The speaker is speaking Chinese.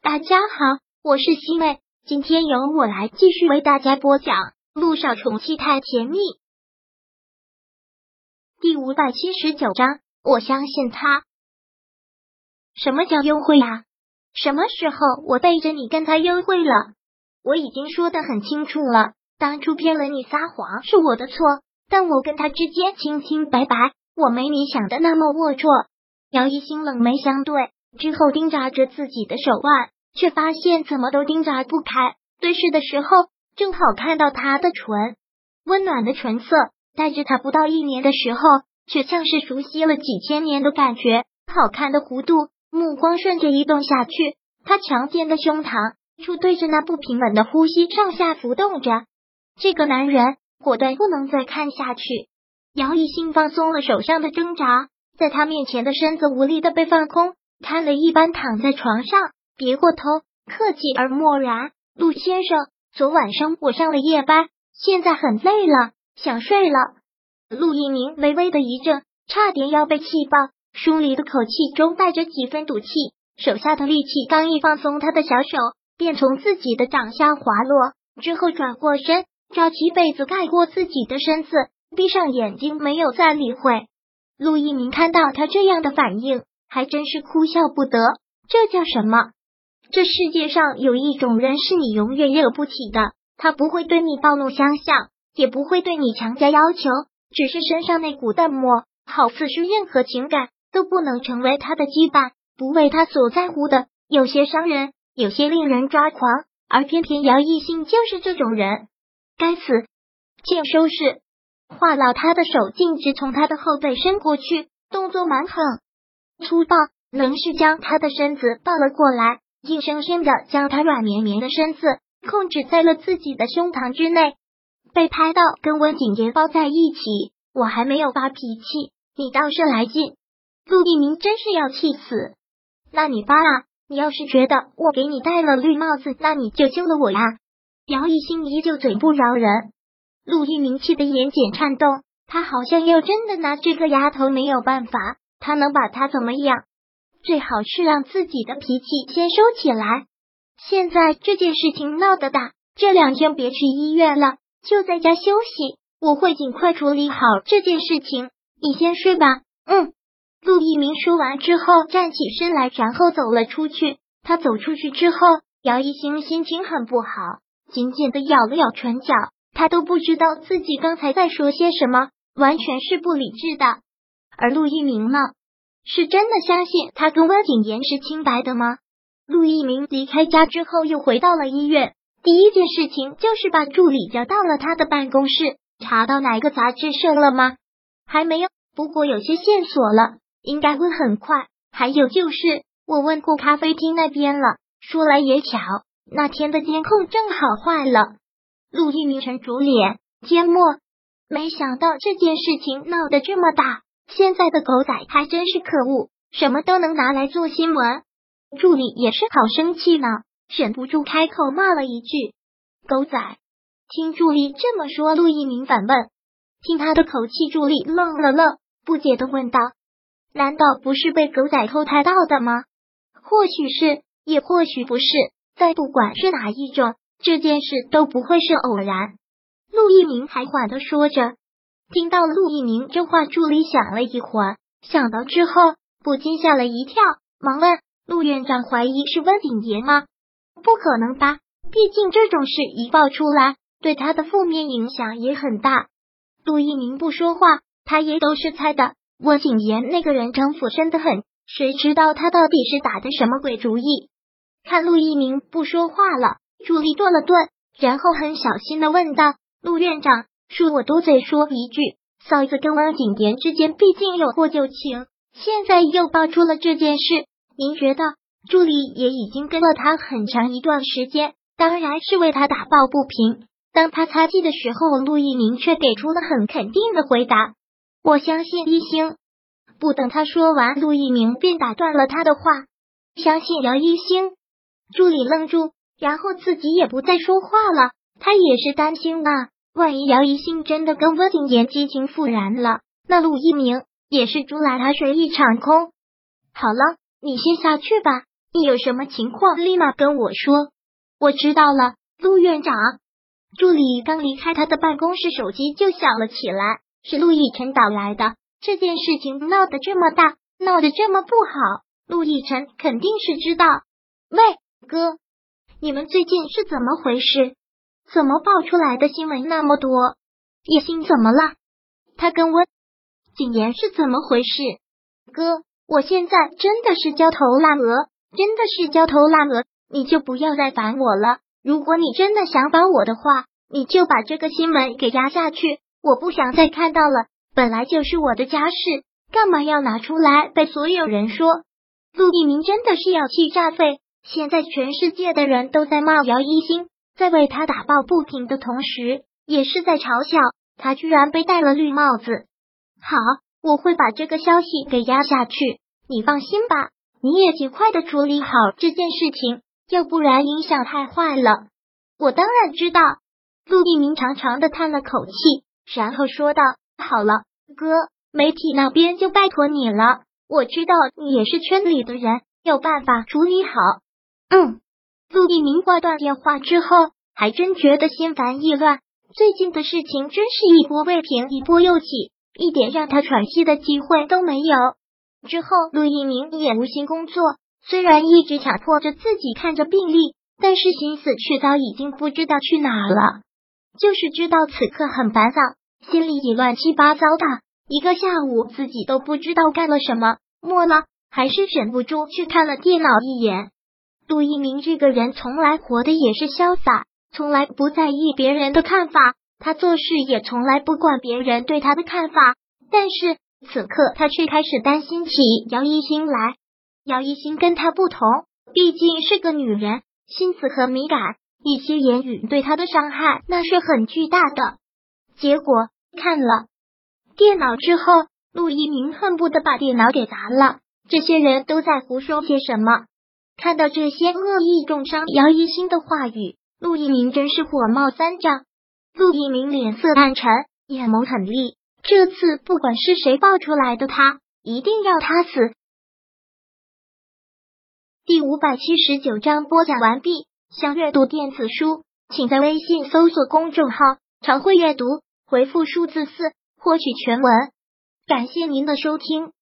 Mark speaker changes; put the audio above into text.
Speaker 1: 大家好，我是西妹，今天由我来继续为大家播讲《陆少宠妻太甜蜜》第579章。我相信他。什么叫幽会啊？什么时候我背着你跟他幽会了？我已经说得很清楚了，当初骗了你撒谎是我的错，但我跟他之间清清白白，我没你想的那么龌龊。姚一星冷眉相对之后，盯着自己的手腕，却发现怎么都盯着不开。对视的时候，正好看到他的唇，温暖的唇色，带着他不到1年的时候，却像是熟悉了几千年的感觉。好看的弧度，目光顺着移动下去，他强健的胸膛处对着那不平稳的呼吸上下浮动着。这个男人果断不能再看下去。姚一星放松了手上的挣扎，在他面前的身子无力的被放空，瘫了一般躺在床上，别过头，客气而漠然。陆先生，昨晚上我上了夜班，现在很累了，想睡了。陆一鸣微微的一怔，差点要被气爆，疏离的口气中带着几分赌气，手下的力气刚一放松，他的小手便从自己的掌下滑落，之后转过身，抓起被子盖过自己的身子，闭上眼睛，没有再理会。陆一鸣看到他这样的反应，还真是哭笑不得。这叫什么？这世界上有一种人是你永远惹不起的，他不会对你暴怒相向，也不会对你强加要求，只是身上那股淡漠，好似是任何情感都不能成为他的羁绊，不为他所在乎的。有些伤人，有些令人抓狂，而偏偏姚一星就是这种人。该死！欠收拾！话痨，他的手径直从他的后背伸过去，动作蛮横粗暴，能是将他的身子抱了过来，硬生生的将他软绵绵的身子控制在了自己的胸膛之内。被拍到跟温景言抱在一起，我还没有发脾气，你倒是来劲。陆一鸣真是要气死。那你发啊，你要是觉得我给你戴了绿帽子，那你就救了我呀。姚一星依旧嘴不饶人。陆一鸣气得眼睑颤动，他好像又真的拿这个丫头没有办法，他能把她怎么样？最好是让自己的脾气先收起来。现在这件事情闹得大，这2天别去医院了，就在家休息，我会尽快处理好这件事情，你先睡吧。陆一鸣说完之后站起身来，然后走了出去。他走出去之后，姚一星心情很不好，紧紧的咬了咬唇角，他都不知道自己刚才在说些什么，完全是不理智的。而陆一鸣呢？是真的相信他跟温景言是清白的吗？陆一鸣离开家之后又回到了医院，第一件事情就是把助理叫到了他的办公室，查到哪个杂志社了吗？还没有，不过有些线索了，应该会很快。还有就是我问过咖啡厅那边了，说来也巧，那天的监控正好坏了。陆一鸣沉着脸缄默，没想到这件事情闹得这么大，现在的狗仔还真是可恶，什么都能拿来做新闻。助理也是好生气呢，忍不住开口骂了一句狗仔。听助理这么说，陆一鸣反问。听他的口气，助理愣了愣，不解的问道，难道不是被狗仔偷拍到的吗？或许是，也或许不是，再不管是哪一种，这件事都不会是偶然。陆一鸣还缓地说着。听到陆一鸣这话，助理想了一会儿，想到之后不禁吓了一跳，忙问，陆院长怀疑是温景言吗？不可能吧，毕竟这种事一爆出来，对他的负面影响也很大。陆一鸣不说话，他也都是猜的，温景言那个人城府深得很，谁知道他到底是打的什么鬼主意。看陆一鸣不说话了，助理顿了顿，然后很小心的问道，陆院长，恕我多嘴说一句，嫂子跟温景言之间毕竟有过旧情，现在又爆出了这件事，您觉得？助理也已经跟了他很长一段时间，当然是为他打抱不平。当他擦剂的时候，陆一鸣却给出了很肯定的回答，我相信一星。不等他说完，陆一鸣便打断了他的话，相信姚一星。助理愣住，然后自己也不再说话了，他也是担心啊，万一姚一星真的跟温景言激情复燃了，那陆一鸣也是猪来他水一场空。好了，你先下去吧， 你有什么情况立马跟我说。我知道了，陆院长。助理刚离开他的办公室，手机就响了起来，是陆亦辰打来的。这件事情闹得这么大，闹得这么不好，陆亦辰肯定是知道。喂，哥，你们最近是怎么回事？怎么爆出来的新闻那么多？叶星怎么了？他跟温谨言是怎么回事？哥，我现在真的是焦头烂额，真的是焦头烂额，你就不要再烦我了。如果你真的想帮我的话，你就把这个新闻给压下去，我不想再看到了。本来就是我的家事，干嘛要拿出来被所有人说？陆一鸣真的是要气炸肺，现在全世界的人都在骂姚一星，在为他打抱不平的同时，也是在嘲笑他居然被戴了绿帽子。好，我会把这个消息给压下去，你放心吧，你也尽快的处理好这件事情，要不然影响太坏了。我当然知道。陆一鸣长长的叹了口气，然后说道，好了，哥，媒体那边就拜托你了，我知道你也是圈里的人，有办法处理好。陆一鸣挂断电话之后，还真觉得心烦意乱，最近的事情真是一波未平一波又起，一点让他喘息的机会都没有。之后陆一鸣也无心工作，虽然一直强迫着自己看着病历，但是心思却早已经不知道去哪了。就是知道此刻很烦躁，心里已乱七八糟的，一个下午自己都不知道干了什么，末了还是忍不住去看了电脑一眼。陆一鸣这个人从来活的也是潇洒，从来不在意别人的看法，他做事也从来不管别人对他的看法，但是此刻他却开始担心起姚一星来。姚一星跟他不同，毕竟是个女人，心思很敏感，一些言语对他的伤害那是很巨大的。结果看了电脑之后，陆一鸣恨不得把电脑给砸了，这些人都在胡说些什么？看到这些恶意重伤姚一星的话语，陆一鸣真是火冒三丈。陆一鸣脸色暗沉，眼眸狠厉，这次不管是谁爆出来的，他一定要他死。第579章播讲完毕。想阅读电子书，请在微信搜索公众号常会阅读，回复数字4获取全文。感谢您的收听。